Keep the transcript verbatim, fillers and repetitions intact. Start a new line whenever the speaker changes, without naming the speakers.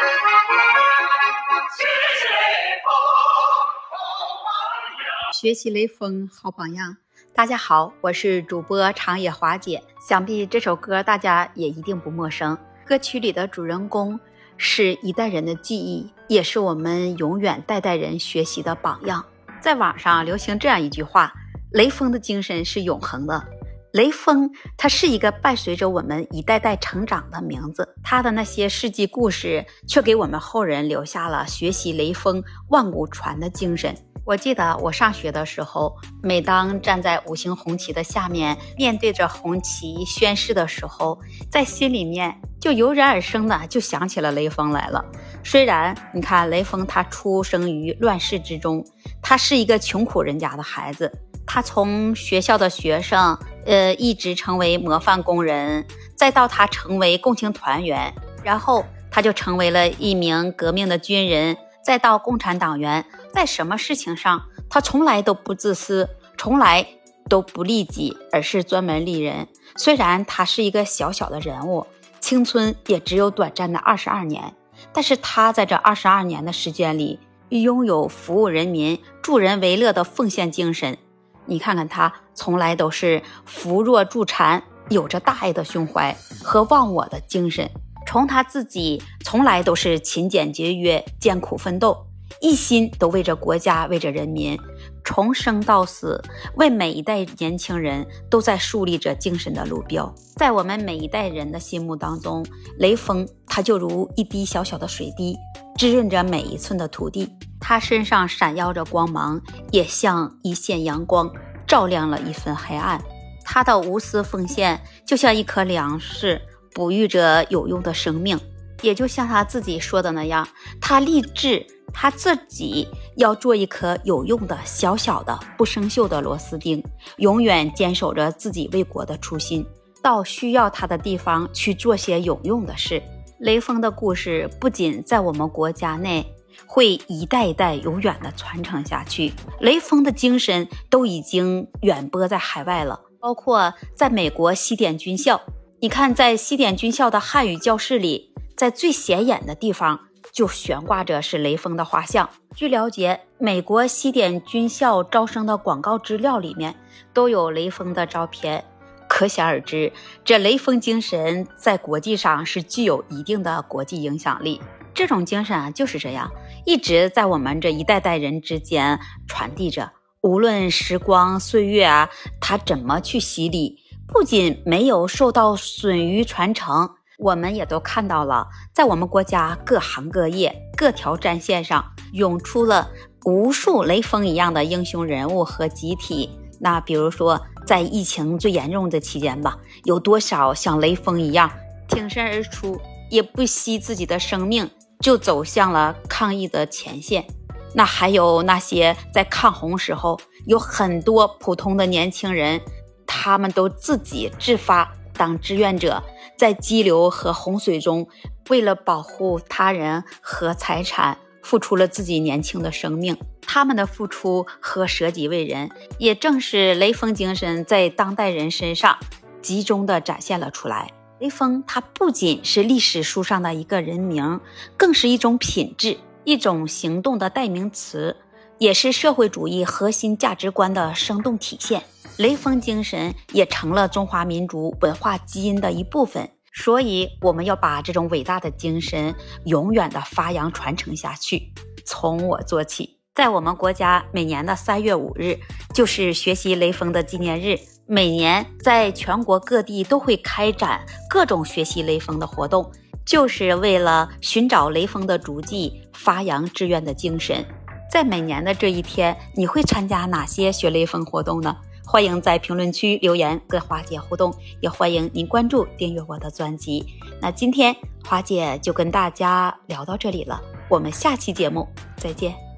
学习雷锋好榜样。大家好，我是主播长野华姐。想必这首歌大家也一定不陌生，歌曲里的主人公是一代人的记忆，也是我们永远代代人学习的榜样。在网上流行这样一句话，雷锋的精神是永恒的。雷锋他是一个伴随着我们一代代成长的名字，他的那些事迹故事却给我们后人留下了学习雷锋万古传的精神。我记得我上学的时候，每当站在五星红旗的下面，面对着红旗宣誓的时候，在心里面就油然而生的就想起了雷锋来了。虽然你看雷锋他出生于乱世之中，他是一个穷苦人家的孩子，他从学校的学生呃，一直成为模范工人，再到他成为共青团员，然后他就成为了一名革命的军人，再到共产党员。在什么事情上他从来都不自私，从来都不利己，而是专门利人。虽然他是一个小小的人物，青春也只有短暂的二十二年，但是他在这二十二年的时间里拥有服务人民助人为乐的奉献精神。你看看他从来都是扶弱助残，有着大爱的胸怀和忘我的精神。从他自己从来都是勤俭节约，艰苦奋斗，一心都为着国家，为着人民，从生到死为每一代年轻人都在树立着精神的路标。在我们每一代人的心目当中，雷锋他就如一滴小小的水滴，滋润着每一寸的土地。他身上闪耀着光芒，也像一线阳光，照亮了一份黑暗。他的无私奉献就像一颗粮食，哺育着有用的生命。也就像他自己说的那样，他立志他自己要做一颗有用的小小的不生锈的螺丝钉，永远坚守着自己为国的初心，到需要他的地方去做些有用的事。雷锋的故事不仅在我们国家内会一代一代永远的传承下去，雷锋的精神都已经远播在海外了，包括在美国西点军校。你看，在西点军校的汉语教室里，在最显眼的地方就悬挂着是雷锋的画像。据了解，美国西点军校招生的广告资料里面都有雷锋的照片，可想而知，这雷锋精神在国际上是具有一定的国际影响力。这种精神啊，就是这样一直在我们这一代代人之间传递着。无论时光岁月啊，它怎么去洗礼，不仅没有受到损于传承，我们也都看到了，在我们国家各行各业各条战线上涌出了无数雷锋一样的英雄人物和集体。那比如说在疫情最严重的期间吧，有多少像雷锋一样挺身而出，也不惜自己的生命就走向了抗疫的前线。那还有那些在抗洪时候，有很多普通的年轻人，他们都自己自发当志愿者，在激流和洪水中，为了保护他人和财产，付出了自己年轻的生命。他们的付出和舍己为人，也正是雷锋精神在当代人身上集中地展现了出来。雷锋他不仅是历史书上的一个人名，更是一种品质，一种行动的代名词，也是社会主义核心价值观的生动体现。雷锋精神也成了中华民族文化基因的一部分，所以我们要把这种伟大的精神永远的发扬传承下去，从我做起。在我们国家，每年的三月五日就是学习雷锋的纪念日，每年在全国各地都会开展各种学习雷锋的活动，就是为了寻找雷锋的足迹，发扬志愿的精神。在每年的这一天，你会参加哪些学雷锋活动呢？欢迎在评论区留言跟华姐互动，也欢迎您关注订阅我的专辑。那今天华姐就跟大家聊到这里了，我们下期节目再见。